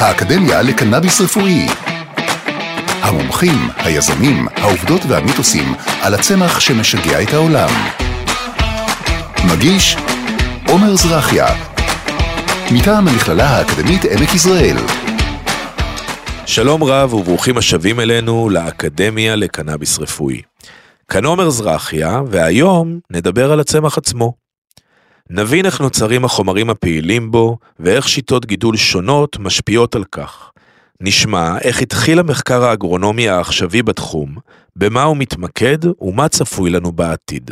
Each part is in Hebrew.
האקדמיה לקנאביס רפואי. המומחים, היזמים, העובדות והמיתוסים על הצמח שמשגע את העולם. מגיש עומר זרחיה, מטעם המכללה האקדמית עמק יזרעאל. שלום רב וברוכים השבים אלינו לאקדמיה לקנאביס רפואי. כאן עומר זרחיה, והיום נדבר על הצמח עצמו. נבין איך נוצרים החומרים הפעילים בו, ואיך שיטות גידול שונות משפיעות על כך. נשמע איך התחיל המחקר האגרונומי העכשווי בתחום, במה הוא מתמקד ומה צפוי לנו בעתיד.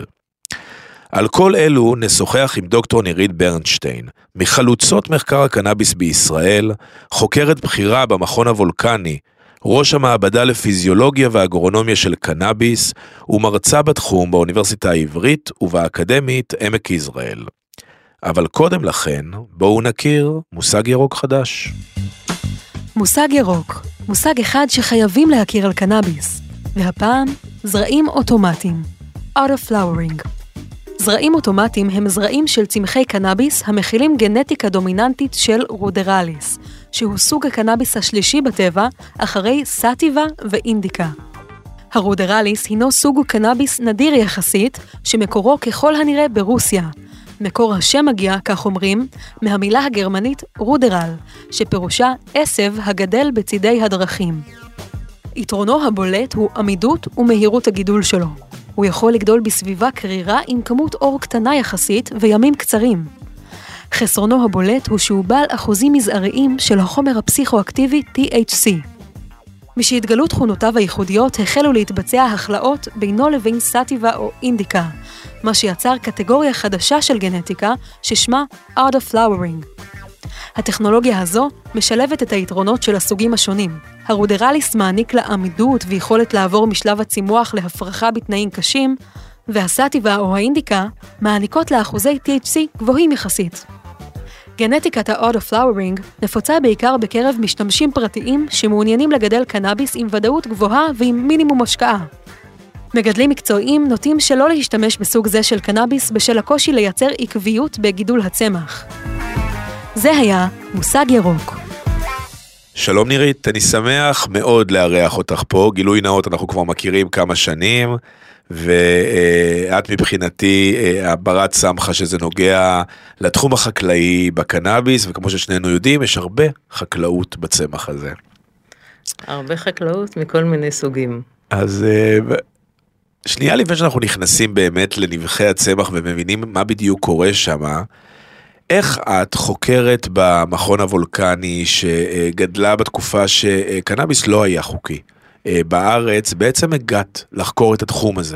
על כל אלו נשוחח עם דוקטור נירית ברנשטיין, מחלוצות מחקר הקנאביס בישראל, חוקרת בחירה במכון הוולקני, ראש המעבדה לפיזיולוגיה ואגרונומיה של קנאביס, ומרצה בתחום באוניברסיטה העברית ובאקדמית עמק יזרעאל. אבל קודם לכן, בואו נכיר מושג ירוק חדש. מושג ירוק, מושג אחד שחייבים להכיר על קנאביס, והפעם זרעים אוטומטיים, auto-flowering. זרעים אוטומטיים הם זרעים של צמחי קנאביס המכילים גנטיקה דומיננטית של רודרליס, שהוא סוג הקנאביס השלישי בטבע אחרי סטיבה ואינדיקה. הרודרליס הינו סוג קנאביס נדיר יחסית שמקורו ככל הנראה ברוסיה. מקור השם מגיע, כך אומרים, מהמילה הגרמנית רודרל, שפירושה עשב הגדל בצידי הדרכים. יתרונו הבולט הוא עמידות ומהירות הגידול שלו. הוא יכול לגדול בסביבה קרירה עם כמות אור קטנה יחסית וימים קצרים. חסרונו הבולט הוא שהוא בעל אחוזים מזעריים של החומר הפסיכואקטיבי THC. משהתגלו תכונותיו הייחודיות החלו להתבצע החלאות בינו לבין סטיבה או אינדיקה, מה שיצר קטגוריה חדשה של גנטיקה ששמה auto-flowering. הטכנולוגיה הזו משלבת את היתרונות של הסוגים השונים. הרודרליס מעניק לה עמידות ויכולת לעבור משלב הצימוח להפרחה בתנאים קשים, והסטיבה או האינדיקה מעניקות לה אחוזי THC גבוהים יחסית. גנטיקת ה-auto-flowering נפוצה בעיקר בקרב משתמשים פרטיים שמעוניינים לגדל קנאביס עם ודאות גבוהה ועם מינימום השקעה. מגדלים מקצועיים נוטים שלא להשתמש בסוג זה של קנאביס בשל הקושי לייצר עקביות בגידול הצמח. זה היה מושג ירוק. שלום נירית, אני שמח מאוד לארח אותך פה. גילוי נאות, אנחנו כבר מכירים כמה שנים, ואת מבחינתי הברת סמכה שזה נוגע לתחום החקלאי בקנאביס, וכמו ששנינו יודעים, יש הרבה חקלאות בצמח הזה. הרבה חקלאות מכל מיני סוגים. אז שנייה לפני שאנחנו נכנסים באמת לנבחי הצמח ומבינים מה בדיוק קורה שם, איך את חוקרת במכון הוולקני שגדלה בתקופה שקנאביס לא היה חוקי בארץ, בעצם הגעת לחקור את התחום הזה?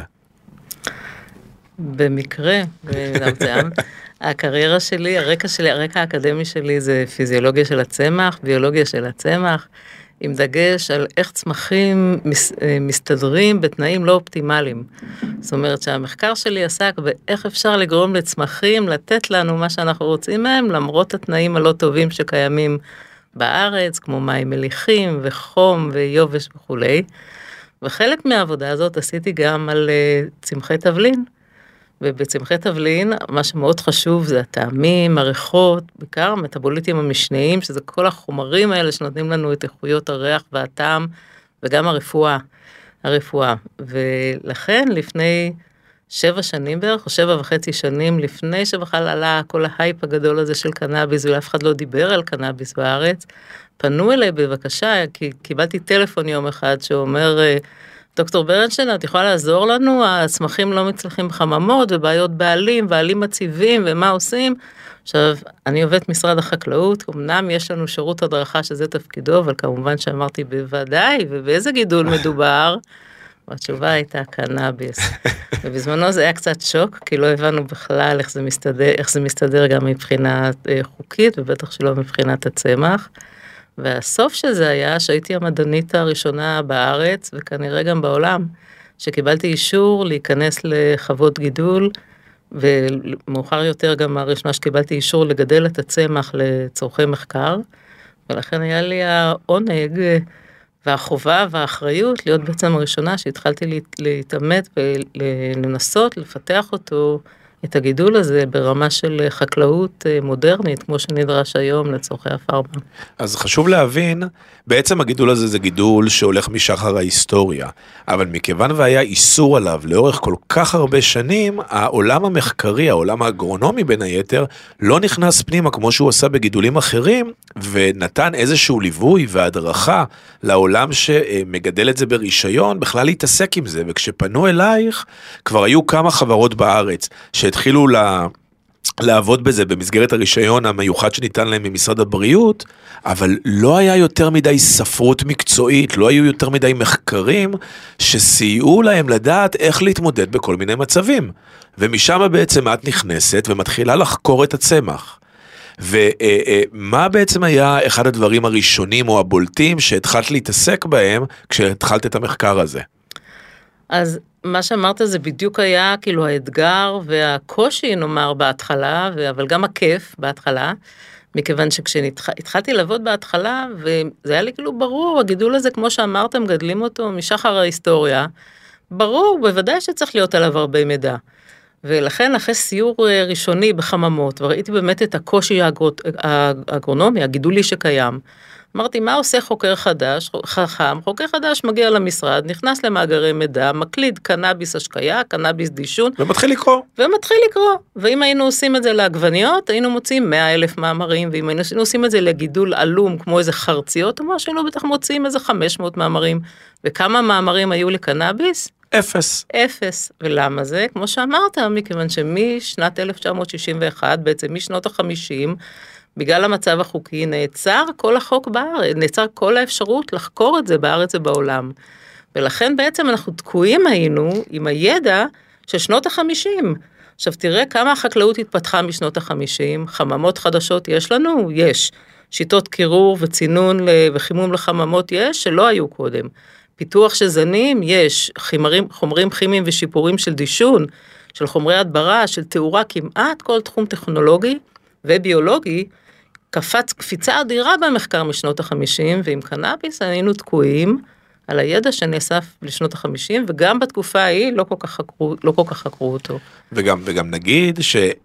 במקרה, הקריירה שלי, הרקע האקדמי שלי זה פיזיולוגיה של הצמח, ביולוגיה של הצמח, עם דגש על איך צמחים מסתדרים בתנאים לא אופטימליים. זאת אומרת שהמחקר שלי עסק באיך אפשר לגרום לצמחים לתת לנו מה שאנחנו רוצים מהם, למרות התנאים הלא טובים שקיימים בארץ, כמו מים מליחים וחום ויובש וכו'. וחלק מהעבודה הזאת עשיתי גם על צמחי תבלין. ובצמחי תבלין, מה שמאוד חשוב זה הטעמים, הריחות, בעיקר המטאבוליטים המשניים, שזה כל החומרים האלה שנותנים לנו את איכויות הריח והטעם, וגם הרפואה. ולכן לפני 7 שנים בערך, או 7.5 שנים, לפני שבכלל עלה כל ההייפ הגדול הזה של קנאביס, ואף אחד לא דיבר על קנאביס בארץ, פנו אליי בבקשה, כי קיבלתי טלפון יום אחד שאומר, דוקטור ברנשטיין, את יכולה לעזור לנו? הצמחים לא מצליחים בחממות ובעיות בעלים מציבים ומה עושים? עכשיו, אני עובדת משרד החקלאות, אמנם יש לנו שירות הדרכה שזה תפקידו, אבל כמובן שאמרתי בוודאי, ובאיזה גידול מדובר? והתשובה הייתה קנאביס. ובזמנו זה היה קצת שוק, כי לא הבנו בכלל איך זה מסתדר גם מבחינה חוקית, ובטח שלא מבחינת הצמח. והסוף של זה היה שהייתי המדענית הראשונה בארץ, וכנראה גם בעולם, שקיבלתי אישור להיכנס לחוות גידול, ומאוחר יותר גם הראשונה שקיבלתי אישור לגדל את הצמח לצורכי מחקר, ולכן היה לי העונג והחובה והאחריות להיות בעצם הראשונה שהתחלתי להתאמת ולנסות לפתח אותו את הגידול הזה ברמה של חקלאות מודרנית, כמו שנדרש היום לצורכי הפארמה. אז חשוב להבין, בעצם הגידול הזה זה גידול שהולך משחר ההיסטוריה, אבל מכיוון והיה איסור עליו לאורך כל כך הרבה שנים, העולם המחקרי, העולם האגרונומי בין היתר, לא נכנס פנימה כמו שהוא עשה בגידולים אחרים, ונתן איזשהו ליווי והדרכה לעולם שמגדל את זה ברישיון, בכלל להתעסק עם זה, וכשפנו אלייך, כבר היו כמה חברות בארץ שהתחילו לעבוד בזה במסגרת הרישיון המיוחד שניתן להם ממשרד הבריאות, אבל לא היה יותר מדי ספרות מקצועית, לא היו יותר מדי מחקרים שסייעו להם לדעת איך להתמודד בכל מיני מצבים. ומשם בעצם את נכנסת ומתחילה לחקור את הצמח. ומה בעצם היה אחד הדברים הראשונים או הבולטים שהתחלת להתעסק בהם כשהתחלת את המחקר הזה? אז מה שאמרת זה בדיוק היה כאילו האתגר והקושי נאמר בהתחלה, אבל גם הכיף בהתחלה, מכיוון שכשהתחלתי לעבוד בהתחלה, וזה היה לי כאילו ברור, הגידול הזה כמו שאמרתם, גדלים אותו משחר ההיסטוריה, ברור, בוודאי שצריך להיות עליו הרבה מידע. ולכן אחרי סיור ראשוני בחממות, וראיתי באמת את הקושי האגרונומי, הגידולי שקיים, אמרתי, מה עושה חוקר חדש, חכם, חוקר חדש מגיע למשרד, נכנס למאגרי מידע, מקליד קנאביס השקיה, קנאביס דישון. ומתחיל לקרוא. ואם היינו עושים את זה לעגבניות, היינו מוצאים 100,000 מאמרים, ואם היינו עושים את זה לגידול עלום, כמו איזה חרציות, אומר שהיינו בטח מוצאים איזה 500 מאמרים. וכמה מאמרים היו לקנאביס? 0. ולמה זה? כמו שאמרת, מכיוון שמשנת 1961, בעצם משנות ה-50, בגלל המצב החוקי נעצר כל החוק בארץ, נעצר כל האפשרות לחקור את זה בארץ ובעולם. ולכן בעצם אנחנו תקועים היינו עם הידע של שנות ה-50. עכשיו תראה כמה החקלאות התפתחה משנות ה-50, חממות חדשות יש לנו? יש. שיטות קירור וצינון וחימום לחממות יש, שלא היו קודם. פיתוח של זנים יש, חומרים כימיים ושיפורים של דישון, של חומרי הדברה, של תאורה, כמעט כל תחום טכנולוגי וביולוגי, קפץ קפיצה אדירה במחקר משנות ה-50, ועם קנאביס היינו תקועים על הידע שנאסף לשנות ה-50, וגם בתקופה ההיא לא כל כך חקרו אותו. וגם נגיד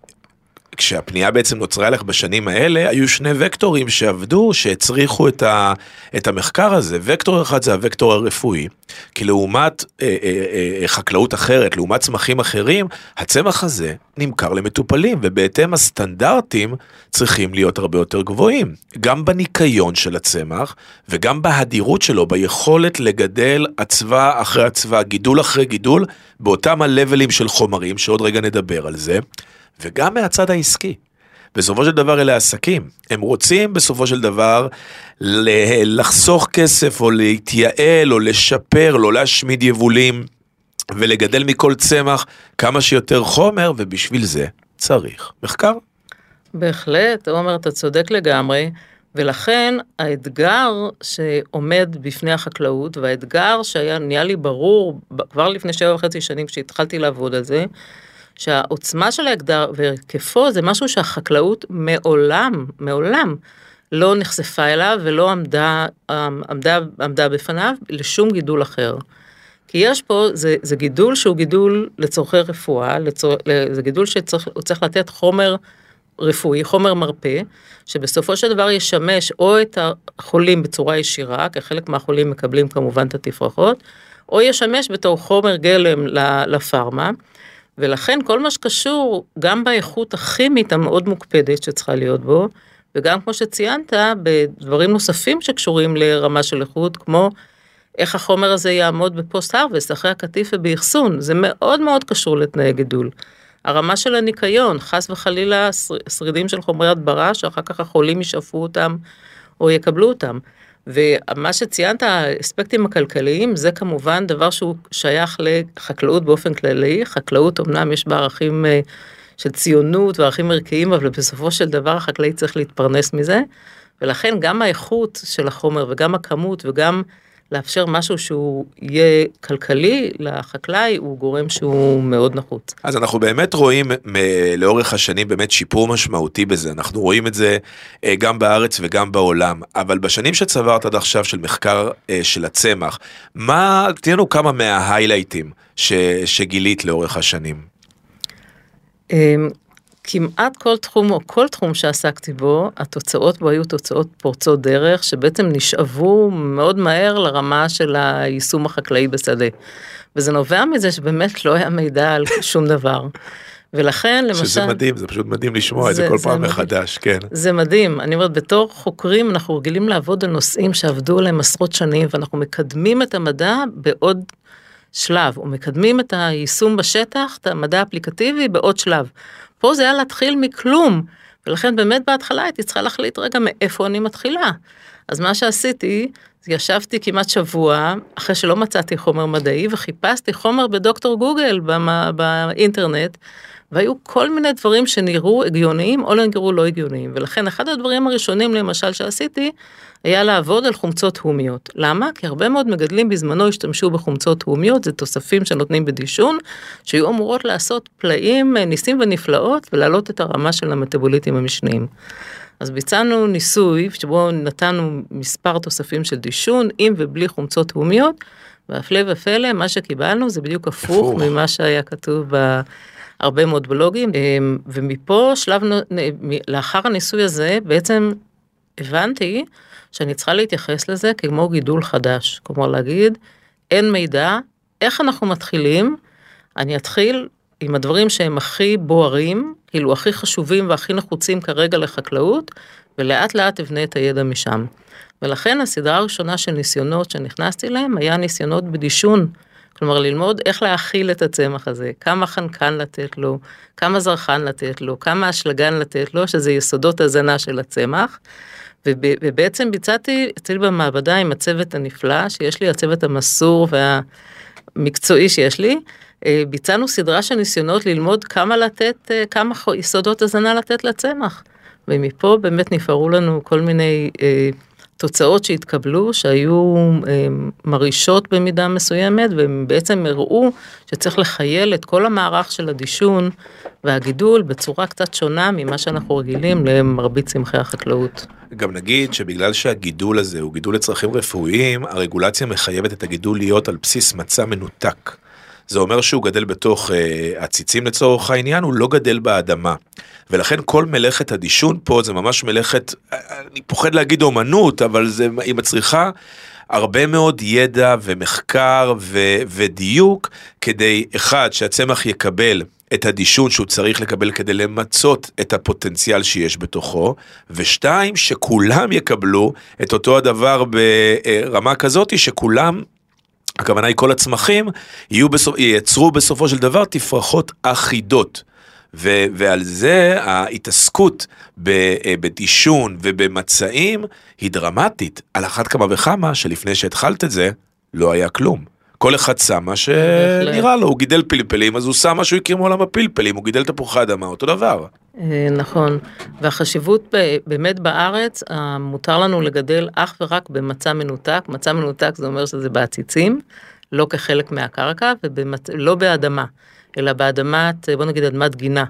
כשהפנייה בעצם נוצרה לך בשנים האלה, היו שני וקטורים שעבדו, שהצריכו את המחקר הזה. וקטור אחד זה הוקטור הרפואי, כי לעומת חקלאות אחרת, לעומת צמחים אחרים, הצמח הזה נמכר למטופלים, ובהתאם הסטנדרטים צריכים להיות הרבה יותר גבוהים. גם בניקיון של הצמח, וגם בהדירות שלו, ביכולת לגדל עצבה אחרי עצבה, גידול אחרי גידול, באותם הלבלים של חומרים, שעוד רגע נדבר על זה. וגם מהצד העסקי. בסופו של דבר אלה עסקים. הם רוצים בסופו של דבר לחסוך כסף או להתייעל או לשפר, לא להשמיד יבולים ולגדל מכל צמח כמה שיותר חומר, ובשביל זה צריך מחקר. בהחלט, עומר, אתה צודק לגמרי, ולכן האתגר שעומד בפני החקלאות, והאתגר נהיה לי ברור כבר לפני 7.5 שנים כשהתחלתי לעבוד על זה, שהעוצמה של האתגר והרכפו זה משהו שהחקלאות מעולם לא נחשפה אליו ולא עמדה בפניו לשום גידול אחר. כי יש פה, זה גידול שהוא גידול לצורכי רפואה, זה גידול שהוא צריך לתת חומר רפואי, חומר מרפא, שבסופו של דבר ישמש או את החולים בצורה ישירה, כי חלק מהחולים מקבלים כמובן את התפרחות, או ישמש בתור חומר גלם לפארמה, ולכן כל מה שקשור, גם באיכות הכימית המאוד מוקפדת שצריכה להיות בו, וגם כמו שציינת, בדברים נוספים שקשורים לרמה של איכות, כמו איך החומר הזה יעמוד בפוסט-הרווסט, אחרי הקטיף ובאחסון, זה מאוד מאוד קשור לתנאי גידול. הרמה של הניקיון, חס וחלילה שרידים של חומרי הדברה, שאחר כך החולים ישאפו אותם או יקבלו אותם. ומה שציינת, האספקטים הכלכליים, זה כמובן דבר שהוא שייך לחקלאות באופן כללי. חקלאות אמנם יש בה ערכים של ציונות וערכים ערכיים, אבל בסופו של דבר החקלאי צריך להתפרנס מזה, ולכן גם האיכות של החומר וגם הכמות וגם לאפשר משהו שהוא יהיה כלכלי לחקלאי, הוא גורם שהוא מאוד נחוץ. אז אנחנו באמת רואים לאורך השנים באמת שיפור משמעותי בזה, אנחנו רואים את זה גם בארץ וגם בעולם, אבל בשנים שצברת עד עכשיו של מחקר של הצמח, תהיינו כמה מההיילייטים שגילית לאורך השנים? כמעט כל תחום או כל תחום שעסקתי בו, התוצאות בו היו תוצאות פורצות דרך, שבעצם נשאבו מאוד מהר לרמה של היישום החקלאי בשדה. וזה נובע מזה שבאמת לא היה מידע על שום דבר. ולכן, למשל... שזה מדהים, זה פשוט מדהים לשמוע את זה כל פעם מחדש, כן. זה מדהים. אני אומרת, בתור חוקרים, אנחנו רגילים לעבוד על נושאים שעבדו עליהם עשרות שנים, ואנחנו מקדמים את המדע בעוד שלב, או מקדמים את היישום בשטח, את המדע האפליקטיבי בעוד שלב. פה זה היה להתחיל מכלום, ולכן באמת בהתחלה הייתי צריכה להחליט רגע מאיפה אני מתחילה. אז מה שעשיתי, ישבתי כמעט שבוע, אחרי שלא מצאתי חומר מדעי, וחיפשתי חומר בדוקטור גוגל באינטרנט, והיו כל מיני דברים שנראו הגיוניים, או נראו לא הגיוניים. ולכן אחד הדברים הראשונים למשל שעשיתי, היה לעבוד על חומצות הומיות. למה? כי הרבה מאוד מגדלים בזמנו השתמשו בחומצות הומיות, זה תוספים שנותנים בדישון, שהיו אמורות לעשות פלאים, ניסים ונפלאות, ולהעלות את הרמה של המטאבוליטים המשניים. אז ביצענו ניסוי, שבו נתנו מספר תוספים של דישון, עם ובלי חומצות הומיות, והפלא ופלא, מה שקיבלנו זה בדיוק הפוך ממה שהיה כתוב בהרבה מאוד בלוגים, ומפה לאחר הניסוי הזה, בעצם הבנתי שאני צריכה להתייחס לזה כמו גידול חדש, כלומר להגיד, אין מידע, איך אנחנו מתחילים? אני אתחיל עם הדברים שהם הכי בוערים, כאילו הכי חשובים והכי נחוצים כרגע לחקלאות, ולאט לאט אבנה את הידע משם. ולכן הסדרה הראשונה של ניסיונות שנכנסתי להם, היה ניסיונות בדישון, כלומר ללמוד איך להכיל את הצמח הזה, כמה חנקן לתת לו, כמה זרחן לתת לו, כמה אשלגן לתת לו, שזה יסודות הזנה של הצמח, ובעצם ביצעתי אצלי במעבדה עם הצוות הנפלא, שיש לי הצוות המסור והמקצועי שיש לי, ביצענו סדרה של ניסיונות ללמוד כמה יסודות הזנה לתת לצמח. ומפה באמת נפערו לנו כל מיני תוצאות שהתקבלו, שהיו מרישות במידה מסוימת, והם בעצם הראו שצריך לחייל את כל המערך של הדישון והגידול בצורה קצת שונה ממה שאנחנו רגילים למרבית צמחי החקלאות. גם נגיד שבגלל שהגידול הזה הוא גידול לצרכים רפואיים, הרגולציה מחייבת את הגידול להיות על בסיס מצע מנותק. זה אומר שהוא גדל בתוך הציצים לצורך העניין, הוא לא גדל באדמה. ולכן כל מלאכת הדישון פה זה ממש מלאכת, אני פוחד להגיד אומנות, אבל היא מצריכה הרבה מאוד ידע ומחקר ודיוק, כדי אחד שהצמח יקבל את הדישון שהוא צריך לקבל כדי למצות את הפוטנציאל שיש בתוכו, ושתיים, שכולם יקבלו את אותו הדבר ברמה כזאת, שכולם, הכוונה היא כל הצמחים, ייצרו בסופו של דבר תפרחות אחידות, ועל זה ההתעסקות בדישון ובמצעים היא דרמטית, על אחת כמה וכמה שלפני שהתחלת את זה, לא היה כלום. כל אחד שם מה שנראה לו, הוא גידל פלפלים, אז הוא שם מה שהוא הכיר מעולם הפלפלים, הוא גידל תפוחי אדמה, אותו דבר. נכון, והחשיבות באמת בארץ, מותר לנו לגדל אך ורק במצע מנותק, מצע מנותק זה אומר שזה בעציצים, לא כחלק מהקרקע, ולא באדמה, אלא באדמת, בוא נגיד אדמת גינה.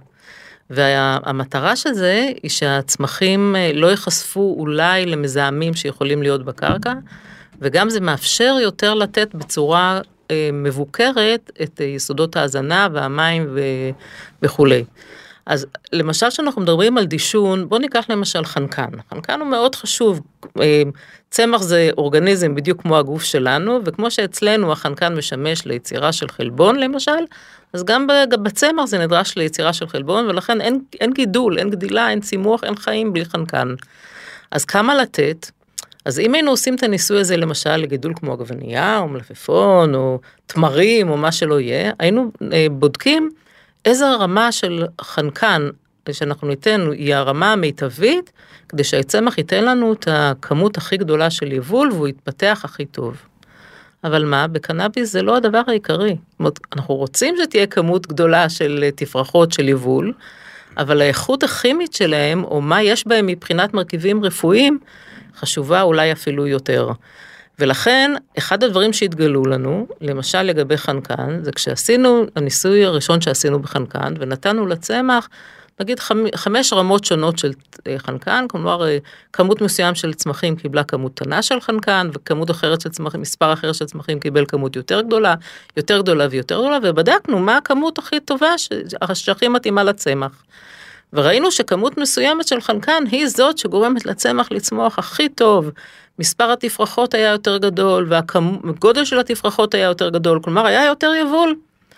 והמטרה של זה היא שהצמחים לא יחשפו אולי למזהמים שיכולים להיות בקרקע, וגם זה מאפשר יותר לתת בצורה מבוקרת את יסודות ההזנה והמים וכו'. אז למשל שאנחנו מדברים על דישון, בוא ניקח למשל חנקן. חנקן הוא מאוד חשוב. צמח זה אורגניזם בדיוק כמו הגוף שלנו, וכמו שאצלנו החנקן משמש ליצירה של חלבון למשל, אז גם בצמח זה נדרש ליצירה של חלבון, ולכן אין גידול, אין גדילה, אין צימוח, אין חיים בלי חנקן. אז כמה לתת? אז אם היינו עושים את הניסוי הזה למשל לגידול כמו עגבנייה, או מלפפון, או תמרים, או מה שלא יהיה, היינו בודקים איזה רמה של חנקן שאנחנו ניתן, היא הרמה המיטבית, כדי שהצמח ייתן לנו את הכמות הכי גדולה של יבול, והוא יתפתח הכי טוב. אבל מה? בקנאביס זה לא הדבר העיקרי. אנחנו רוצים שתהיה כמות גדולה של תפרחות של יבול, אבל האיכות הכימית שלהם, או מה יש בהם מבחינת מרכיבים רפואיים, חשובה אולי אפילו יותר. ולכן, אחד הדברים שהתגלו לנו, למשל לגבי חנקן, זה כשעשינו, הניסוי הראשון שעשינו בחנקן, ונתנו לצמח, נגיד 5 רמות שונות של חנקן, כלומר כמות מסוים של צמחים קיבלה כמות קטנה של חנקן, וכמות אחרת של צמחים, מספר אחר של צמחים קיבל כמות יותר גדולה ויותר גדולה, ובדקנו מה הכמות הכי טובה שהכי מתאימה לצמח. וראינו שכמות מסוימת של חנקן היא זאת שגורמת לצמח לצמוח הכי טוב, מספר התפרחות היה יותר גדול, והגודל של התפרחות היה יותר גדול, כלומר היה יותר יבול.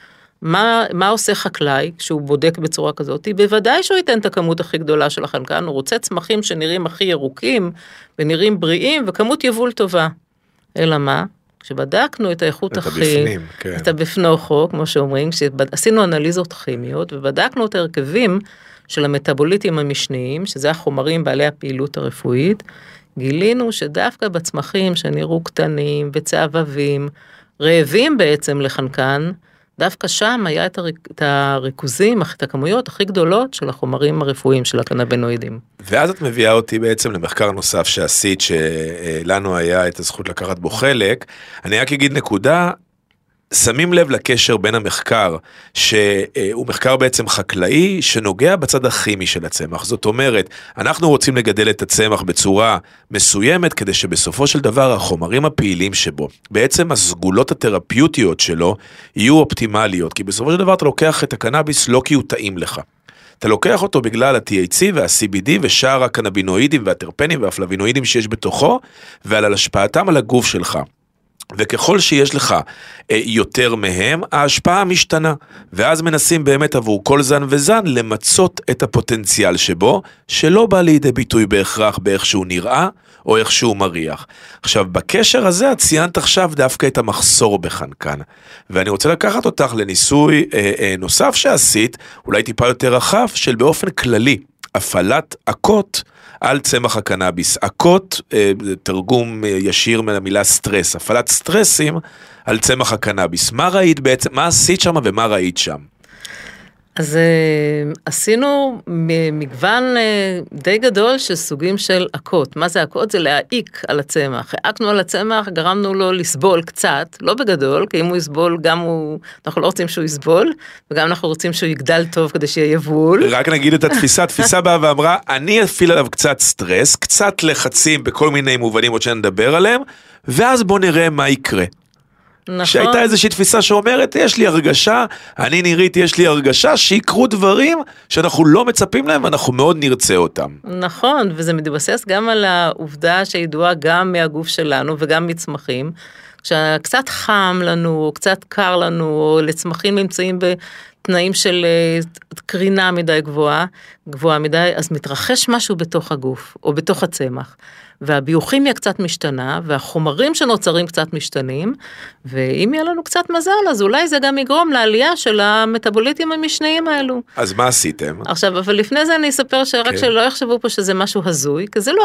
מה עושה חקלאי כשהוא בודק בצורה כזאת? בוודאי שהוא ייתן את הכמות הכי גדולה של החנקן, הוא רוצה צמחים שנראים הכי ירוקים, ונראים בריאים, וכמות יבול טובה. אלא מה? כשבדקנו את האיכות את הבפנוכו, כמו שאומרים, כשעשינו אנליזות כימיות, ובדקנו את הרכבים של המטאבוליטים המשניים, שזה החומרים בעלי הפעילות הרפואית, גילינו שדווקא בצמחים שנראו קטנים וצהבבים, רעבים בעצם לחנקן, דווקא שם היה את הריכוזים, את הכמויות הכי גדולות של החומרים הרפואיים של הקנבינואידים. ואז את מביאה אותי בעצם למחקר נוסף שעשית, שלנו היה את הזכות לקחת בו חלק. אני רק אגיד נקודה, שמים לב לקשר בין המחקר, שהוא מחקר בעצם חקלאי, שנוגע בצד הכימי של הצמח. זאת אומרת, אנחנו רוצים לגדל את הצמח בצורה מסוימת, כדי שבסופו של דבר החומרים הפעילים שבו, בעצם הסגולות התרפיוטיות שלו, יהיו אופטימליות, כי בסופו של דבר אתה לוקח את הקנאביס לא כי הוא טעים לך. אתה לוקח אותו בגלל ה-THC וה-CBD ושאר הקנבינואידים והטרפנים והפלבינואידים שיש בתוכו, ועל השפעתם על הגוף שלך. וככל שיש לך יותר מהם, ההשפעה משתנה, ואז מנסים באמת עבור כל זן וזן למצות את הפוטנציאל שבו, שלא בא לידי ביטוי בהכרח באיך שהוא נראה, או איך שהוא מריח. עכשיו, בקשר הזה, את ציינת עכשיו דווקא את המחסור בחנקן, ואני רוצה לקחת אותך לניסוי נוסף שעשית, אולי טיפה יותר רחב, של באופן כללי, הפעלת עקות, על צמח הקנאביס. עקות, תרגום ישיר מהמילה סטרס, הפעלת סטרסים על צמח הקנאביס. מה ראית בעצם, מה עשית שם ומה ראית שם? אז עשינו מגוון די גדול של סוגים של עקות. מה זה עקות? זה להעיק על הצמח. העקנו על הצמח, גרמנו לו לסבול קצת, לא בגדול, כי אם הוא יסבול, אנחנו לא רוצים שהוא יסבול, וגם אנחנו רוצים שהוא יגדל טוב כדי שיהיה יבול. רק נגיד את התפיסה, התפיסה באה ואמרה, אני אפעיל עליו קצת סטרס, קצת לחצים בכל מיני מובנים עוד שנדבר עליהם, ואז בוא נראה מה יקרה. נכון. שהייתה איזושהי תפיסה שאומרת, יש לי הרגשה, אני נראית, יש לי הרגשה שיקרו דברים שאנחנו לא מצפים להם, ואנחנו מאוד נרצה אותם. נכון, וזה מתבסס גם על העובדה שידועה גם מהגוף שלנו וגם מצמחים, כשקצת חם לנו, או קצת קר לנו, או לצמחים נמצאים בתנאים של קרינה מדי גבוהה מדי, אז מתרחש משהו בתוך הגוף, או בתוך הצמח. והביוכימיה קצת משתנה, והחומרים שנוצרים קצת משתנים, ואם יהיה לנו קצת מזל, אז אולי זה גם יגרום לעלייה של המטאבוליטים המשניים האלו. אז מה עשיתם? עכשיו, אבל לפני זה אני אספר שרק שלא יחשבו פה שזה משהו הזוי, כי זה לא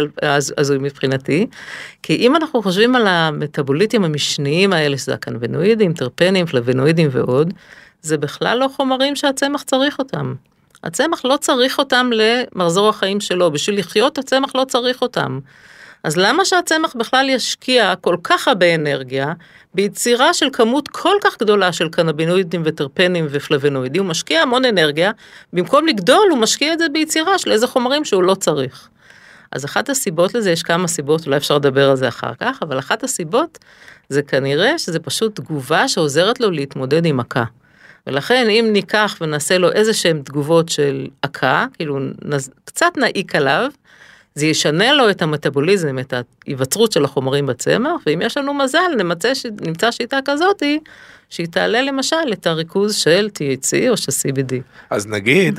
הזוי מבחינתי, כי אם אנחנו חושבים על המטאבוליטים המשניים האלה, שזה הקנבינואידים, טרפנים, פלבינואידים ועוד, זה בכלל לא חומרים שהצמח צריך אותם. הצמח לא צריך אותם למחזור החיים שלו, בשביל לחיות הצמח לא צריך אותם. אז למה שהצמח בכלל ישקיע כל כך הרבה אנרגיה, ביצירה של כמות כל כך גדולה של קנבינואידים וטרפנים ופלבינואידים, הוא משקיע המון אנרגיה, במקום לגדול הוא משקיע את זה ביצירה של איזה חומרים שהוא לא צריך. אז אחת הסיבות לזה, יש כמה סיבות, אולי אפשר לדבר על זה אחר כך, אבל אחת הסיבות זה כנראה שזה פשוט תגובה שעוזרת לו להתמודד עם מכה. ולכן אם ניקח ונעשה לו איזה שהן תגובות של עקה, כאילו קצת נעיק עליו, זה ישנה לו את המטאבוליזם, את ההיווצרות של החומרים בצמח, ואם יש לנו מזל, נמצא שיטה כזאת, שהיא תעלה למשל את הריכוז של THC או של CBD. אז נגיד,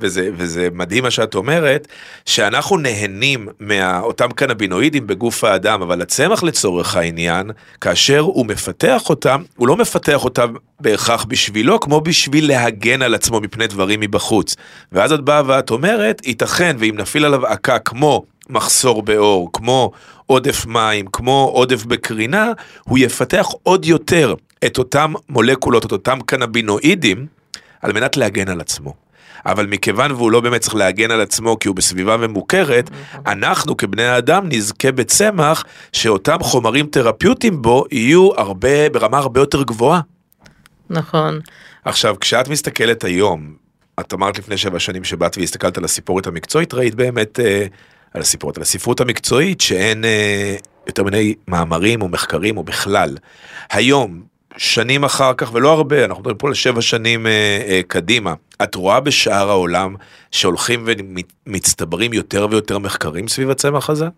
וזה מדהים מה שאת אומרת, שאנחנו נהנים מאותם קנבינואידים בגוף האדם, אבל הצמח לצורך העניין, כאשר הוא מפתח אותם, הוא לא מפתח אותם בהכרח בשבילו, כמו בשביל להגן על עצמו מפני דברים מבחוץ. ואז את באה ואת אומרת, ייתכן, ואם נפיל עליו עקה כמו מחסור באור, כמו עודף מים, כמו עודף בקרינה, הוא יפתח עוד יותר את אותם מולקולות, את אותם קנבינואידים, על מנת להגן על עצמו. אבל מכיוון והוא לא באמת צריך להגן על עצמו, כי הוא בסביבה ממוכרת, אנחנו כבני האדם נזכה בצמח, שאותם חומרים תרפיוטיים בו, יהיו ברמה הרבה יותר גבוהה. נכון. עכשיו, כשאת מסתכלת היום, את אמרת לפני 7 שנים שבאת והסתכלת על הסיפורת המקצועית, ראית באמת על הספרות המקצועית, שאין יותר מיני מאמרים או מחקרים או בכלל. היום, שנים אחר כך, ולא הרבה, אנחנו מדברים פה ל7 שנים קדימה, את רואה בשאר העולם שהולכים ומצטברים יותר ויותר מחקרים סביב הצמח הזה?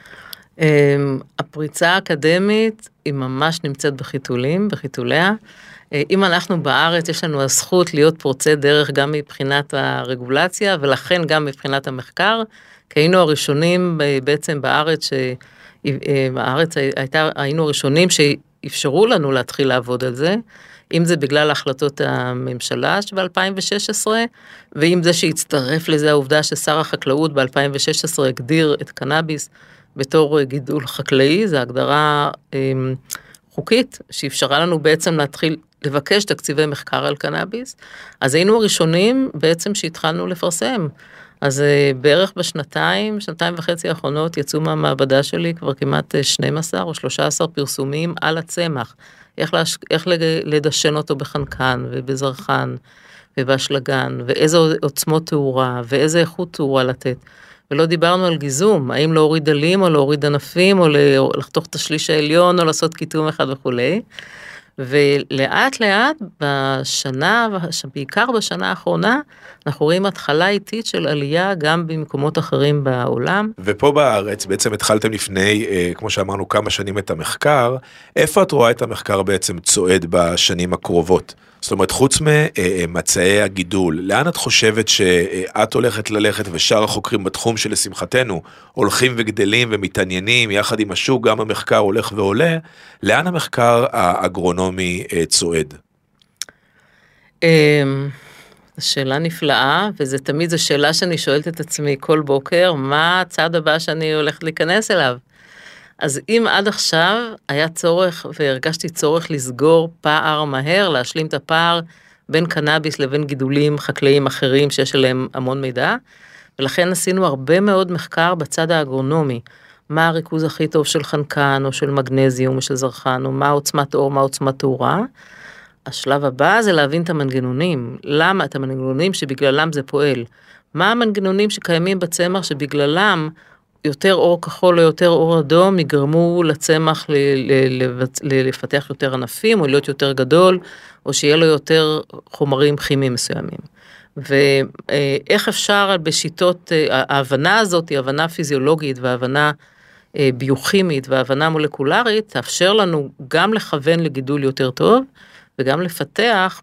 הפריצה האקדמית היא ממש נמצאת בחיתוליה. אם אנחנו בארץ, יש לנו הזכות להיות פורצי דרך גם מבחינת הרגולציה, ולכן גם מבחינת המחקר, כי היינו הראשונים בעצם בארץ, היינו הראשונים שאפשרו לנו להתחיל לעבוד על זה, אם זה בגלל החלטות הממשלה ב-2016, ואם זה שהצטרף לזה העובדה ששר החקלאות ב-2016 הגדיר את קנאביס בתור גידול חקלאי, זו הגדרה חוקית, שאפשרה לנו בעצם להתחיל לבקש תקציבי מחקר על קנאביס, אז היינו הראשונים בעצם שהתחלנו לפרסם. אז בערך בשנתיים וחצי האחרונות יצאו מהמעבדה שלי כבר כמעט 12 או 13 פרסומים על הצמח, איך לדשן אותו בחנקן ובזרחן ובאשלגן, ואיזה עוצמות תאורה ואיזה איכות תאורה לתת. ולא דיברנו על גיזום, האם להוריד דלים או להוריד ענפים, או לחתוך את השליש העליון, או לעשות קיטום אחד וכולי. ולאט לאט בעיקר בשנה האחרונה, אנחנו רואים התחלה איטית של עלייה גם במקומות אחרים בעולם. ופה בארץ בעצם התחלתם לפני, כמו שאמרנו, כמה שנים את המחקר. איפה את רואה את המחקר בעצם צועד בשנים הקרובות? זאת אומרת, חוץ ממצאי הגידול, לאן את חושבת שאת הולכת ללכת ושאר החוקרים בתחום שלשמחתנו הולכים וגדלים ומתעניינים יחד עם השוק, גם המחקר הולך ועולה, לאן המחקר האגרונומי צועד? שאלה נפלאה, וזה תמיד זו שאלה שאני שואלת את עצמי כל בוקר, מה הצעד הבא שאני הולכת להיכנס אליו? אז אם עד עכשיו היה צורך, והרגשתי צורך לסגור פער מהר, להשלים את הפער בין קנאביס לבין גידולים חקלאיים אחרים שיש עליהם המון מידע, ולכן עשינו הרבה מאוד מחקר בצד האגרונומי, מה הריכוז הכי טוב של חנקן, או של מגנזיום, או של זרחן, או מה עוצמת אור, מה עוצמת תאורה. השלב הבא זה להבין את המנגנונים, למה את המנגנונים שבגללם זה פועל, מה המנגנונים שקיימים בצמח שבגללם יותר אור כחול או יותר אור אדום יגרמו לצמח לפתח יותר ענפים, או להיות יותר גדול, או שיהיה לו יותר חומרים כימיים מסוימים. ואיך אפשר בשיטות, ההבנה הזאת היא הבנה פיזיולוגית, והבנה ביוכימית, והבנה מולקולרית, תאפשר לנו גם לכוון לגידול יותר טוב, וגם לפתח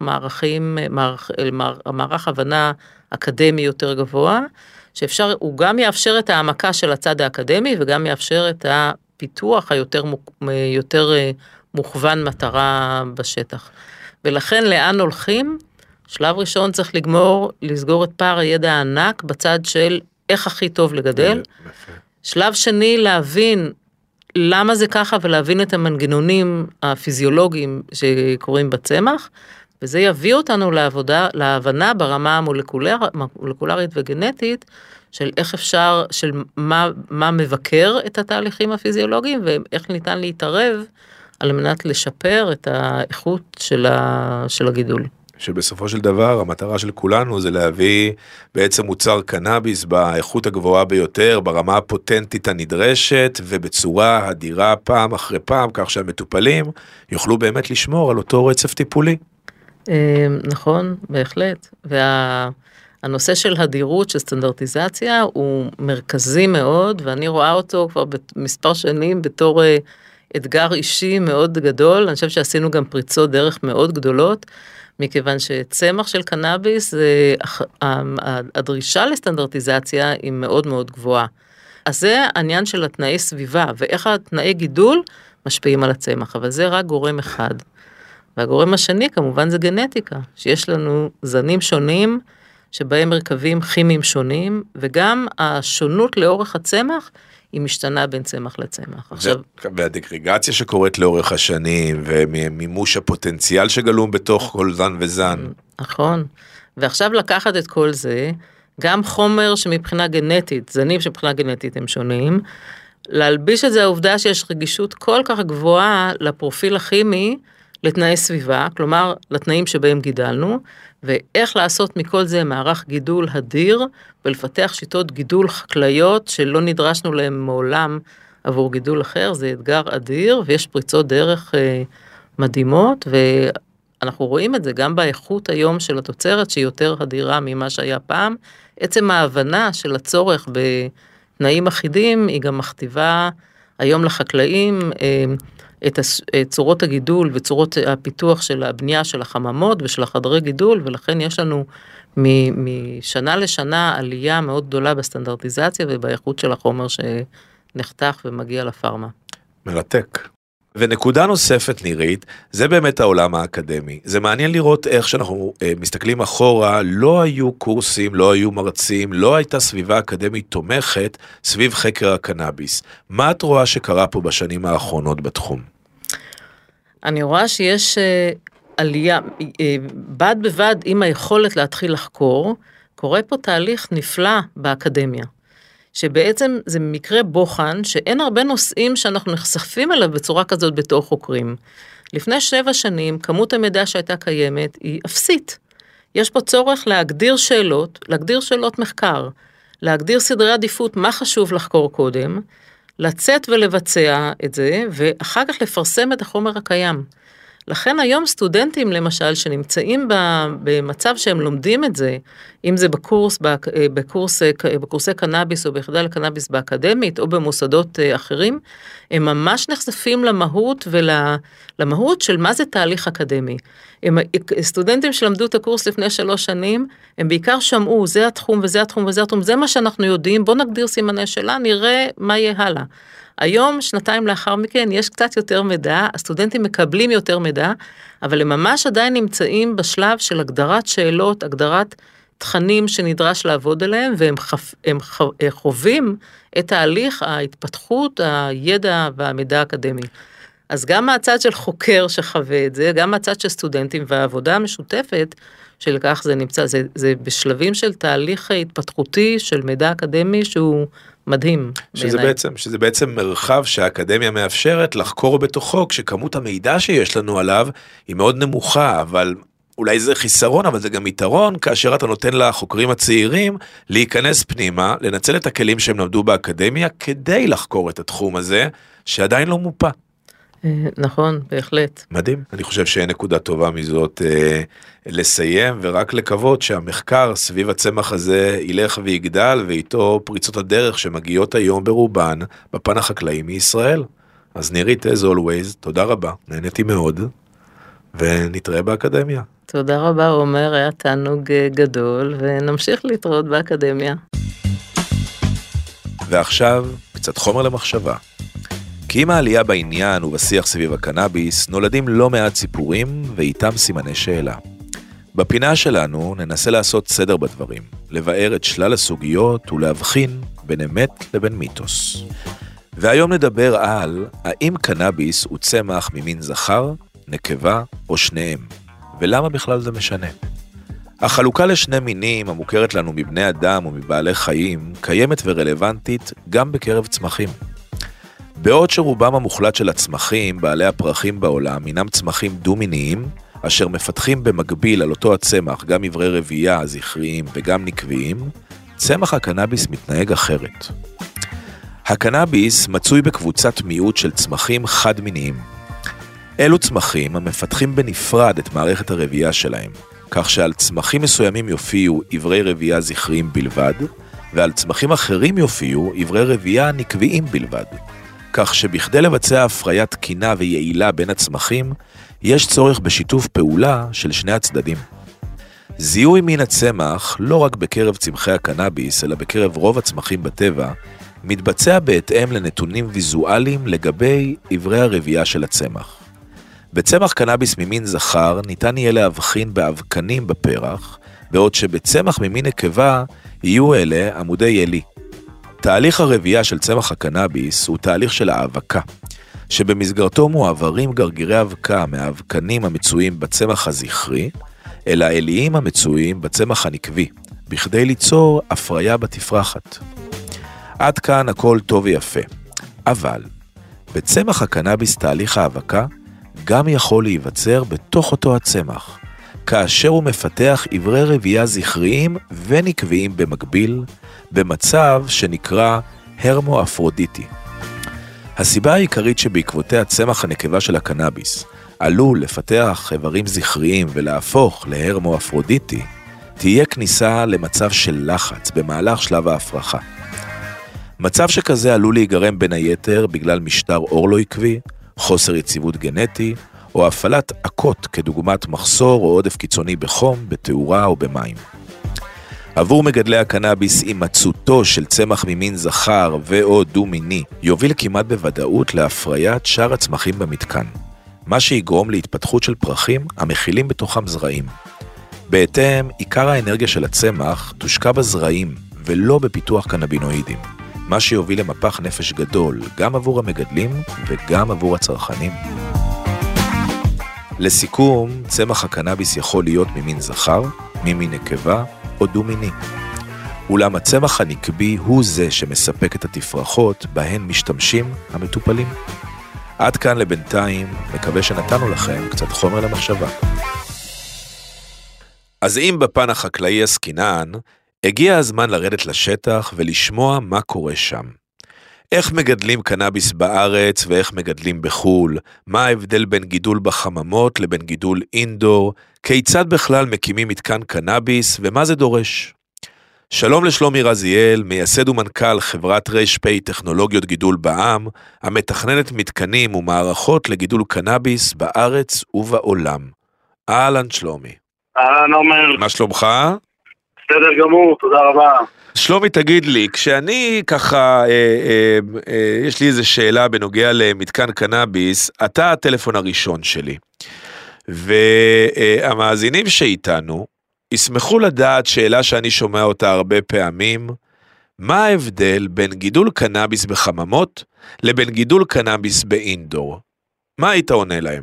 מערך הבנה אקדמי יותר גבוה, שאפשר, הוא גם יאפשר את העמקה של הצד האקדמי, וגם יאפשר את הפיתוח היותר מוכוון מטרה בשטח. ולכן לאן הולכים? שלב ראשון צריך לסגור את פער הידע הענק, בצד של איך הכי טוב לגדל. שלב שני, להבין למה זה ככה, ולהבין את המנגנונים הפיזיולוגיים שקורים בצמח, וזה יביא אותנו להבנה ברמה המולקולרית וגנטית, של איך אפשר, של מה מבקר את התהליכים הפיזיולוגיים, ואיך ניתן להתערב, על מנת לשפר את האיכות של הגידול. שבסופו של דבר, המטרה של כולנו זה להביא בעצם מוצר קנאביס באיכות הגבוהה ביותר, ברמה הפוטנטית הנדרשת, ובצורה אדירה פעם אחרי פעם, כך שהמטופלים יוכלו באמת לשמור על אותו רצף טיפולי. נכון, בהחלט. והנושא של הדירות, של סטנדרטיזציה, הוא מרכזי מאוד, ואני רואה אותו כבר במספר שנים בתור אתגר אישי מאוד גדול. אני חושב שעשינו גם פריצות דרך מאוד גדולות, מכיוון שצמח של קנאביס, הדרישה לסטנדרטיזציה היא מאוד מאוד גבוהה. אז זה העניין של התנאי סביבה, ואיך התנאי גידול משפיעים על הצמח, אבל זה רק גורם אחד. והגורם השני כמובן זה גנטיקה, שיש לנו זנים שונים, שבהם מרכבים כימיים שונים, וגם השונות לאורך הצמח, היא משתנה בין צמח לצמח. והדגרגציה שקורית לאורך השנים, ומימוש הפוטנציאל שגלום בתוך כל זן וזן. נכון. ועכשיו לקחת את כל זה, גם חומר שמבחינה גנטית, זנים שמבחינה גנטית הם שונים, להלביש את זה העובדה שיש רגישות כל כך גבוהה לפרופיל הכימי, לתנאי סביבה, כלומר לתנאים שבהם גידלנו, ואיך לעשות מכל זה מערך גידול הדיר, ולפתח שיטות גידול חקלאיות שלא נדרשנו להם מעולם עבור גידול אחר, זה אתגר אדיר, ויש פריצות דרך מדהימות, ואנחנו רואים את זה גם באיכות היום של התוצרת, שהיא יותר אדירה ממה שהיה פעם. עצם ההבנה של הצורך בתנאים אחידים, היא גם מכתיבה היום לחקלאים את צורות הגידול וצורות הפיתוח של הבנייה של החממות ושל החדרי גידול, ולכן יש לנו משנה לשנה עלייה מאוד גדולה בסטנדרטיזציה ובאיכות של החומר שנחתך ומגיע לפארמה. מרתק. ונקודה נוספת נירית, זה באמת העולם האקדמי. זה מעניין לראות איך שאנחנו מסתכלים אחורה, לא היו קורסים, לא היו מרצים, לא הייתה סביבה אקדמית תומכת סביב חקר הקנאביס. מה את רואה שקרה פה בשנים האחרונות בתחום? אני רואה שיש עלייה, בד בבד עם היכולת להתחיל לחקור, קורה פה תהליך נפלא באקדמיה. שבעצם זה מקרה בוחן, שאין הרבה נושאים שאנחנו נחשפים אליו בצורה כזאת בתור חוקרים. לפני 7 שנים, כמות המידע שהייתה קיימת היא אפסית. יש פה צורך להגדיר שאלות מחקר, להגדיר סדרי עדיפות, מה חשוב לחקור קודם, לצאת ולבצע את זה, ואחר כך לפרסם את החומר הקיים. לכן היום סטודנטים למשל שנמצאים במצב שהם לומדים את זה, אם זה בקורסי קנאביס או ביחידה לקנאביס באקדמית או במוסדות אחרים, הם ממש נחשפים למהות ולמהות של מה זה תהליך אקדמי. סטודנטים שלמדו את הקורס לפני 3 שנים, הם בעיקר שמעו, זה התחום וזה התחום וזה התחום, זה מה שאנחנו יודעים, בוא נגדיר סימני שאלה, נראה מה יהיה הלאה. היום, 2 לאחר מכן, יש קצת יותר מידע, הסטודנטים מקבלים יותר מידע, אבל הם ממש עדיין נמצאים בשלב של הגדרת שאלות, הגדרת תכנים שנדרש לעבוד עליהם, והם חווים את תהליך ההתפתחות, הידע והמידע האקדמי. אז גם מהצד של חוקר שחווה את זה, גם מהצד של סטודנטים, והעבודה המשותפת שלכך זה נמצא, זה בשלבים של תהליך התפתחותי של מידע אקדמי שהוא מדהים. שזה בעצם מרחב שהאקדמיה מאפשרת לחקור בתוכו, כשכמות המידע שיש לנו עליו היא מאוד נמוכה, אבל אולי זה חיסרון, אבל זה גם יתרון, כאשר אתה נותן לחוקרים הצעירים להיכנס פנימה, לנצל את הכלים שהם למדו באקדמיה, כדי לחקור את התחום הזה, שעדיין לא מופה. נכון, בהחלט. מדהים. אני חושב שאין נקודה טובה מזאת לסיים, ורק לקוות שהמחקר סביב הצמח הזה ילך ויגדל, ואיתו פריצות הדרך שמגיעות היום ברובן, בפן החקלאי מישראל. אז נירית, as always, תודה רבה, נהניתי מאוד, ונתראה באקדמיה. תודה רבה, עומר, היה תענוג גדול, ונמשיך להתראות באקדמיה. ועכשיו, קצת חומר למחשבה. כי עם העלייה בעניין ובשיח סביב הקנאביס, נולדים לא מעט סיפורים ואיתם סימני שאלה. בפינה שלנו ננסה לעשות סדר בדברים, לבאר את שלל הסוגיות ולהבחין בין אמת לבין מיתוס. והיום נדבר על האם קנאביס הוא צמח ממין זכר, נקבה או שניהם, ולמה בכלל זה משנה. החלוקה לשני מינים המוכרת לנו מבני אדם ומבעלי חיים קיימת ורלוונטית גם בקרב צמחים. בעוד שרובם המוחלט של הצמחים, בעלי הפרחים בעולם, הינם צמחים דו-מיניים, אשר מפתחים במקביל על אותו הצמח גם עברי רבייה, זכריים וגם נקביים, צמח הקנאביס מתנהג אחרת. הקנאביס מצוי בקבוצת מיעוט של צמחים חד-מיניים. אלו צמחים המפתחים בנפרד את מערכת הרבייה שלהם, כך שעל צמחים מסוימים יופיעו עברי רבייה זכריים בלבד, ועל צמחים אחרים יופיעו עברי רבייה נקביים בלבד. כך שבכדי לבצע הפריה תקינה ויעילה בין הצמחים, יש צורך בשיתוף פעולה של שני הצדדים. זיהוי מין הצמח, לא רק בקרב צמחי הקנאביס, אלא בקרב רוב הצמחים בטבע, מתבצע בהתאם לנתונים ויזואליים לגבי עברי הרבייה של הצמח. בצמח קנאביס ממין זכר ניתן יהיה להבחין באבקנים בפרח, בעוד שבצמח ממין נקבה יהיו אלה עמודי אלי. תהליך הרבייה של צמח הקנאביס הוא תהליך של האבקה, שבמסגרתו מועברים גרגירי אבקה מהאבקנים המצויים בצמח הזכרי, אל האליים המצויים בצמח הנקבי, בכדי ליצור הפריה בתפרחת. עד כאן הכל טוב ויפה, אבל בצמח הקנאביס תהליך האבקה גם יכול להיווצר בתוך אותו הצמח, כאשר הוא מפתח עברי רבייה זכריים ונקביים במקביל, במצב שנקרא הרמו-אפרודיטי. הסיבה העיקרית שבעקבותיה הצמח הנקבה של הקנאביס עלול לפתח איברים זכריים ולהפוך להרמו-אפרודיטי, תהיה כניסה למצב של לחץ במהלך שלב ההפרחה. מצב שכזה עלול להיגרם בין היתר בגלל משטר אור לא עקבי, חוסר יציבות גנטי, או הפעלת עקות כדוגמת מחסור או עודף קיצוני בחום, בתאורה או במים. עבור מגדלי הקנאביס, הימצאותו של צמח ממין זכר ואו דו-מיני יוביל כמעט בוודאות להפריית שאר הצמחים במתקן, מה שיגרום להתפתחות של פרחים המכילים בתוכם זרעים. בהתאם, עיקר האנרגיה של הצמח תושקע בזרעים ולא בפיתוח קנבינואידים, מה שיוביל למפח נפש גדול גם עבור המגדלים וגם עבור הצרכנים. לסיכום, צמח הקנאביס יכול להיות ממין זכר, ממין נקבה או דו-מיני. אולם הצמח הנקבי הוא זה שמספק את התפרחות בהן משתמשים המטופלים. עד כאן לבינתיים, מקווה שנתנו לכם קצת חומר למחשבה. אז אם בפן החקלאי עסקינן, הגיע הזמן לרדת לשטח ולשמוע מה קורה שם. איך מגדלים קנאביס בארץ ואיך מגדלים בחול, מה ההבדל בין גידול בחממות לבין גידול אינדור, כיצד בכלל מקימים מתקן קנאביס ומה זה דורש. שלום לשלומי רזיאל, מייסד ומנכ"ל חברת רשפי טכנולוגיות גידול בע"מ, המתכננת מתקנים ומערכות לגידול קנאביס בארץ ובעולם. אהלן שלומי. אהלן עומר. מה שלומך? בסדר גמור, תודה רבה. שלומי, תגיד לי, כשאני ככה, יש לי איזו שאלה בנוגע למתקן קנאביס, אתה הטלפון הראשון שלי, והמאזינים שאיתנו ישמחו לדעת שאלה שאני שומע אותה הרבה פעמים, מה ההבדל בין גידול קנאביס בחממות לבין גידול קנאביס באינדור? מה היית עונה להם?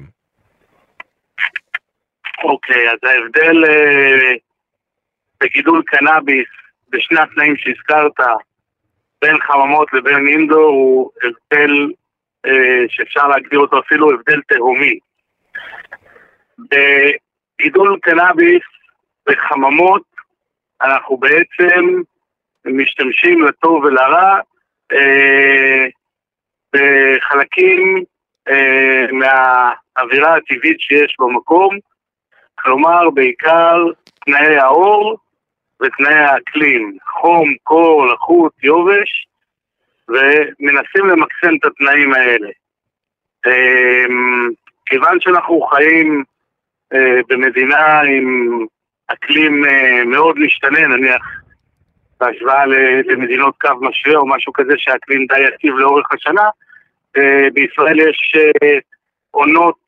אוקיי, אז ההבדל בגידול קנאביס בשני התנאים שהזכרת, בין חממות לבין אינדור, הוא הבדל שאפשר להגדיר אותו אפילו הבדל תהומי. בגידול קנאביס בחממות אנחנו בעצם משתמשים לטוב ולרע בחלקים מהאווירה הטבעית שיש במקום, כלומר בעיקר תנאי האור ותנאי האקלים, חום, קור, לחות, יובש, ומנסים למקסם את התנאים האלה. כיוון שאנחנו חיים במדינה עם אקלים מאוד משתנה, נניח בהשוואה למדינות קו משווה או משהו כזה שהאקלים די יציב לאורך השנה, בישראל יש עונות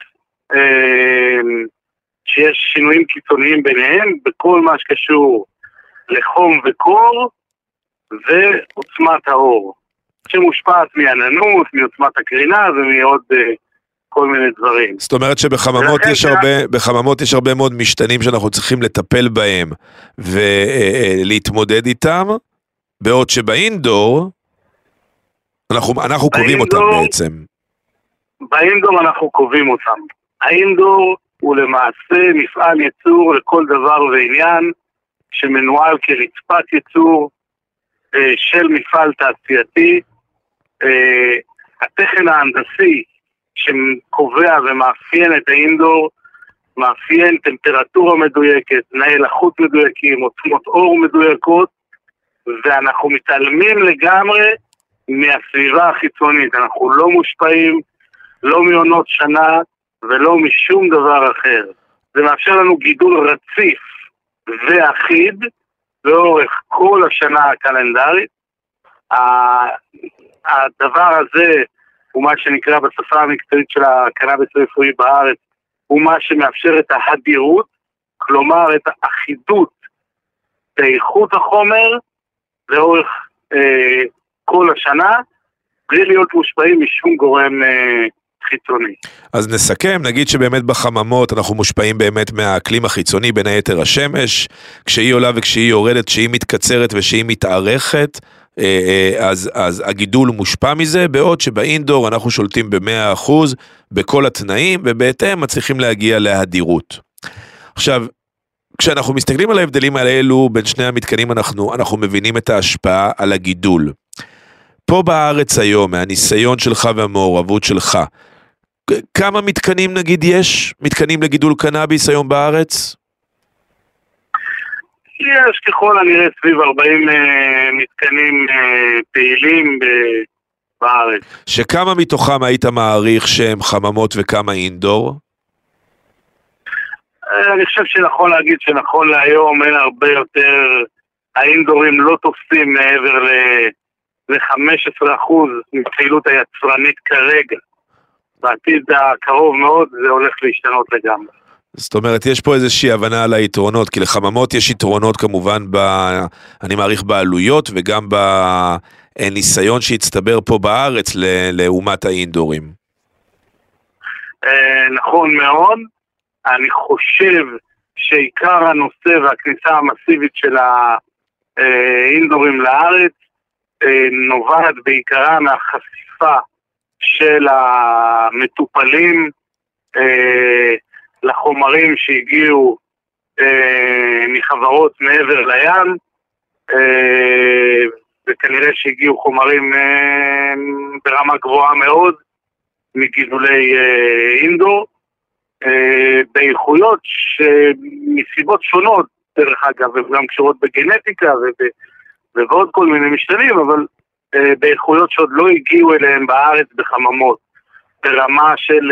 שיש שינויים קיצוניים ביניהם בכל מה שקשור לחום וקור ועוצמת האור, שמושפעת מעננות, מעוצמת הקרינה ומעוד כל מיני דברים. זאת אומרת שבחממות יש הרבה מאוד משתנים שאנחנו צריכים לטפל בהם ולהתמודד איתם, בעוד שבאינדור אנחנו קובעים אותם בעצם. באינדור אנחנו קובעים אותם. האינדור הוא למעשה מפעל ייצור לכל דבר ועניין, שמנוהל כרצפת ייצור של מפעל תעשייתי. התכן ההנדסי שקובע ומאפיין את האינדור, מאפיין טמפרטורה מדויקת, תנאי לחות מדויקים, עוצמות אור מדויקות, ואנחנו מתעלמים לגמרי מהסביבה החיצונית. אנחנו לא מושפעים, לא מעונות שנה ולא משום דבר אחר. זה מאפשר לנו גידול רציף ואחיד לאורך כל השנה הקלנדרית. הדבר הזה הוא מה שנקרא בשפה המקצועית של הקנאביס הרפואי בארץ, הוא מה שמאפשר את ההדירות, כלומר את האחידות באיכות החומר לאורך כל השנה, בלי להיות מושפעים משום גורם חיצוני. אז נסכם, נגיד שבאמת בחממות אנחנו מושפעים באמת מהאקלים החיצוני, בין היתר השמש, כשהיא עולה וכשהיא יורדת, כשהיא מתקצרת ושהיא מתארכת, אז הגידול מושפע מזה, בעוד שבאינדור אנחנו שולטים ב100% בכל התנאים, ובהתאם מצליחים להגיע להדירות. עכשיו, כשאנחנו מסתכלים על ההבדלים האלו בין שני המתקנים, אנחנו מבינים את ההשפעה על הגידול. פה בארץ היום, מהניסיון שלך והמעורבות שלך, כמה מתקנים נגיד יש? מתקנים לגידול קנאביס היום בארץ? יש ככל הנראה סביב 40 מתקנים פעילים בארץ. שכמה מתוכם היית מעריך שהם חממות וכמה אינדור? אני חושב שנכון להגיד שנכון להיום אין הרבה יותר, האינדורים לא תופסים מעבר ל-15% מפעילות היצרנית כרגע. בעתיד הקרוב מאוד זה הולך להשתנות לגמרי. זאת אומרת, יש פה איזושהי הבנה על היתרונות, כי לחממות יש יתרונות כמובן, אני מעריך בעלויות, וגם בניסיון שהצטבר פה בארץ לעומת האינדורים. נכון מאוד. אני חושב שעיקר הנושא והכניסה המסיבית של האינדורים לארץ נובעת בעיקרה מהחשיפה של המטופלים לחומרים שהגיעו מחברות מעבר לים, וכנראה שהגיעו חומרים ברמה גבוהה מאוד מגידולי אינדור, באיכויות שמסיבות שונות, דרך אגב, וגם קשורות בגנטיקה ובעוד כל מיני משתנים, אבל באיכויות שעוד לא הגיעו אליהם בארץ בחממות, ברמה של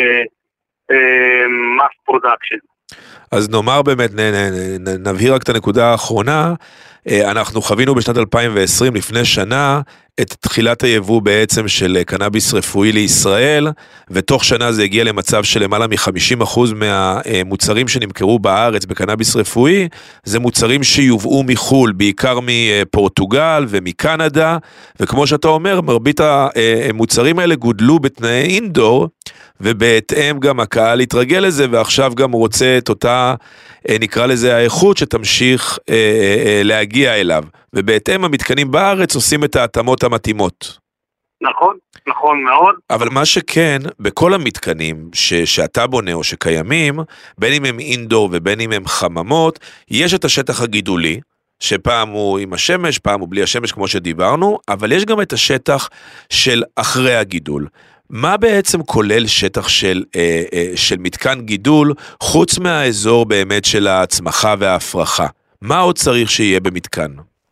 mass production. אז נאמר באמת, נבהיר רק את הנקודה האחרונה, אנחנו חווינו בשנת 2020, לפני שנה, את תחילת היבוא בעצם של קנאביס רפואי לישראל, ותוך שנה זה הגיע למצב של למעלה מ-50% מהמוצרים שנמכרו בארץ בקנאביס רפואי, זה מוצרים שיובאו מחול, בעיקר מפורטוגל ומקנדה, וכמו שאתה אומר, מרבית המוצרים האלה גודלו בתנאי אינדור, ובהתאם גם הקהל התרגל לזה, ועכשיו גם רוצה את אותה, נקרא לזה האיכות, שתמשיך להגיע אליו. ובהתאם המתקנים בארץ עושים את ההתאמות המתאימות. נכון, נכון מאוד. אבל מה שכן, בכל המתקנים שאתה בונה או שקיימים, בין אם הם אינדור ובין אם הם חממות, יש את השטח הגידולי, שפעם הוא עם השמש, פעם הוא בלי השמש כמו שדיברנו, אבל יש גם את השטח של אחרי הגידול. מה בעצם כולל שטח של מתקן גידול, חוץ מהאזור באמת של ההצמחה וההפרחה? מה עוד צריך שיהיה במתקן?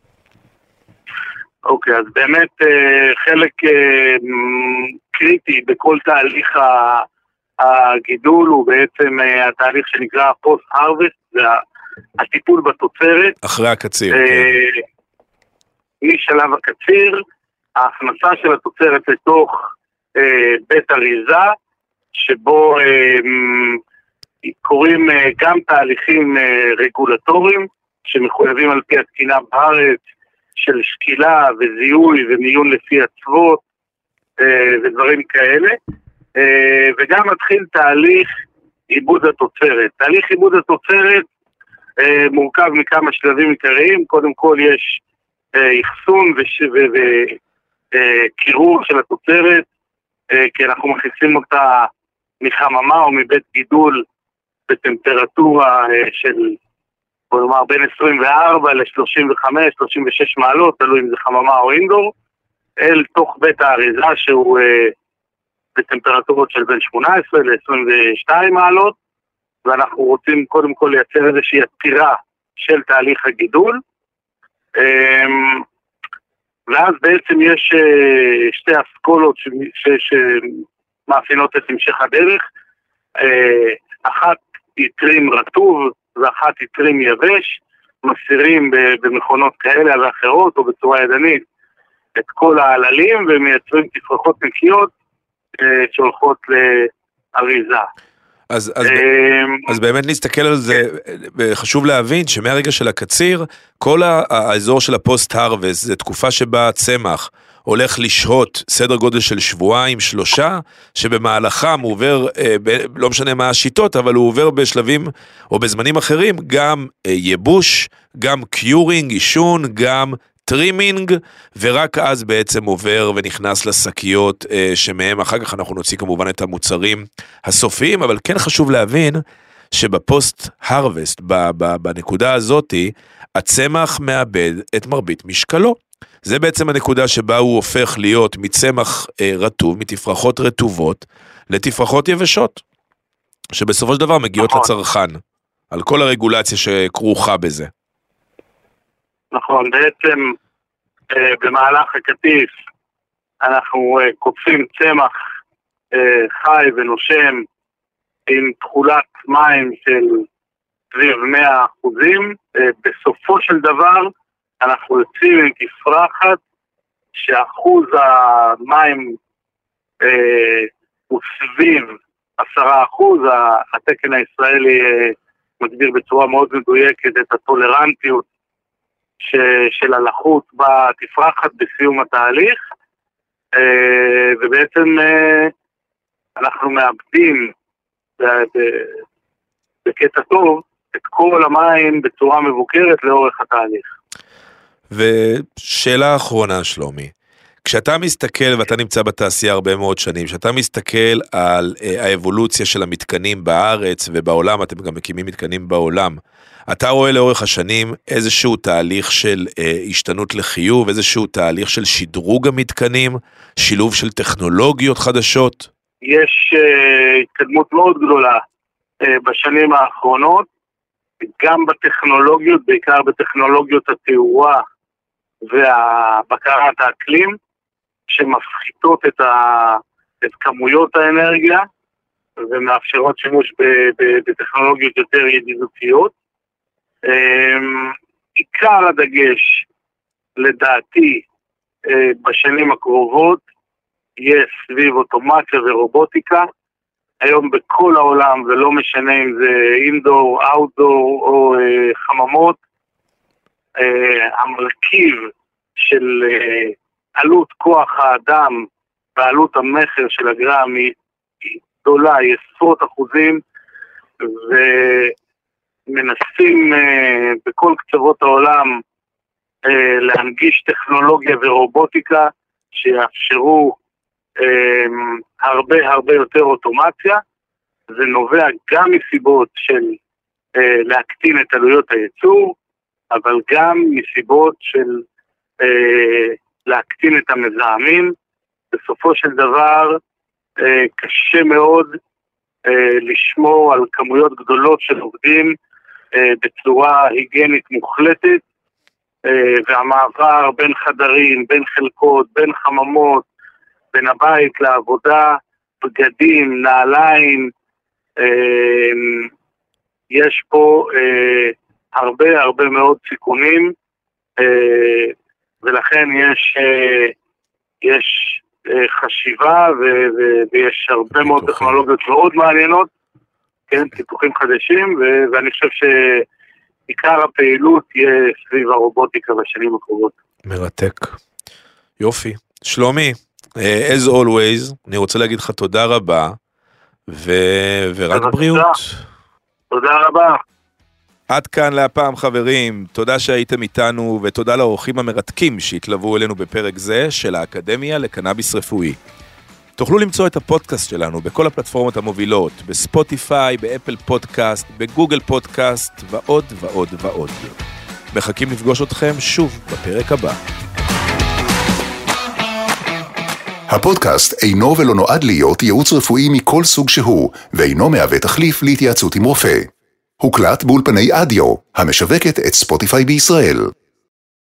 אוקיי, אז באמת חלק קריטי בכל תהליך הגידול הוא בעצם התהליך שנקרא פוסט-הרווסט, זה הטיפול בתוצרת. אחרי הקציר, כן. משלב הקציר, ההכנסה של התוצרת לתוך בית אריזה, שבו קוראים גם תהליכים רגולטוריים, שמחויבים על פי התקינה בארץ, של שקילה וזיהוי ומיון לפי עצבות ודברים כאלה, וגם מתחיל תהליך עיבוד התוצרת. תהליך עיבוד התוצרת מורכב מכמה שלבים עיקריים. קודם כל יש אחסון וקירור של התוצרת, כי אנחנו מכניסים אותה מחממה או מבית גידול בטמפרטורה של, בוא נאמר, בין 24 ל-35, 36 מעלות, תלוי אם זה חממה או אינדור, אל תוך בית האריזה שהוא בטמפרטורות של בין 18 ל-22 מעלות, ואנחנו רוצים קודם כל לייצר איזושהי עצירה של תהליך הגידול, ואז בעצם יש שתי אסכולות שמאפיינות את המשך הדרך, אחת היא טרים רטוב ואחת היא טרים יבש, מסירים במכונות כאלה ואחרות או בצורה ידנית את כל העללים ומייצרים תפרחות נקיות שהולכות לאריזה. אז באמת נסתכל על זה, וחשוב להבין שמהרגע של הקציר, כל האזור של הפוסט-הרווסט, זה תקופה שבה הצמח הולך לשהות סדר גודל של שבועיים, 3, שבמהלכם הוא עובר, לא משנה מה השיטות, אבל הוא עובר בשלבים או בזמנים אחרים, גם ייבוש, גם קיורינג, אישון, גם טרימינג, ורק אז בעצם עובר ונכנס לשקיות, שמהם אחר כך אנחנו נוציא כמובן את המוצרים הסופיים, אבל כן חשוב להבין, שבפוסט הרווסט, בנקודה הזאת, הצמח מאבד את מרבית משקלו. זה בעצם הנקודה שבה הוא הופך להיות מצמח רטוב, מתפרחות רטובות, לתפרחות יבשות, שבסופו של דבר מגיעות לצרכן, על כל הרגולציה שכרוכה בזה. נכון, בעצם במהלך הקטיף, אנחנו קופים צמח חי ונושם, עם תכולת מים של סביב 100%, בסופו של דבר אנחנו יוצאים עם תפרחת שאחוז המים הוא סביב 10%, התקן הישראלי מגדיר בצורה מאוד מדויקת את הטולרנטיות של הלחות בתפרחת בסיום התהליך, ובעצם אנחנו מאבדים בקטע טוב את כל המים בצורה מבוקרת לאורך התהליך. ושאלה אחרונה, שלומי, כשאתה מסתכל, ואתה נמצא בתעשייה הרבה מאוד שנים, כשאתה מסתכל על האבולוציה של המתקנים בארץ ובעולם, אתם גם מקימים מתקנים בעולם, אתה רואה לאורך השנים איזשהו תהליך של השתנות לחיוב, איזשהו תהליך של שדרוג המתקנים, שילוב של טכנולוגיות חדשות? יש התקדמות מאוד גדולה בשנים האחרונות, גם בטכנולוגיות, בעיקר בטכנולוגיות התאורה והבקרת האקלים, שמפחיתות את כמויות האנרגיה, ומאפשרות שימוש בטכנולוגיות יותר ידידותיות. עיקר הדגש, לדעתי, בשנים הקרובות, יהיה סביב אוטומציה ורובוטיקה. היום בכל העולם, ולא משנה אם זה אינדור, אאוטדור או חממות, המרכיב של עלות כוח האדם ועלות המחר של הגרם היא גדולה, היא עשרות אחוזים, ומנסים בכל קצוות העולם להנגיש טכנולוגיה ורובוטיקה שיאפשרו הרבה יותר אוטומציה. זה נובע גם מסיבות של להקטין את עלויות הייצור, אבל גם מסיבות של להקטין את המזהמים. בסופו של דבר קשה מאוד לשמור על כמויות גדולות של עובדים בצורה היגיינית מוחלטת, והמעבר בין חדרים, בין חלקות, בין חממות, בין הבית לעבודה, בגדים, נעליים, יש פה הרבה מאוד סיכונים, ולכן יש חשיבה ויש הרבה מאוד טכנולוגיות מאוד מעניינות, כן, פיתוחים חדשים, ואני חושב שעיקר הפעילות יהיה סביב הרובוטיקה בשנים הקרובות. מרתק. יופי. שלומי, as always, אני רוצה להגיד לך תודה רבה, ורק בריאות. תודה רבה. עד כאן להפעם חברים, תודה שהייתם איתנו, ותודה לאורחים המרתקים שהתלוו אלינו בפרק זה של האקדמיה לקנאביס רפואי. תוכלו למצוא את הפודקאסט שלנו בכל הפלטפורמות המובילות, בספוטיפיי, באפל פודקאסט, בגוגל פודקאסט, ועוד ועוד ועוד. מחכים לפגוש אתכם שוב בפרק הבא. הפודקאסט אינו ולא נועד להיות ייעוץ רפואי מכל סוג שהוא, ואינו מהווה תחליף להתייעצות עם רופא. הוקלט באולפני אדיו, המשווקת את ספוטיפיי בישראל.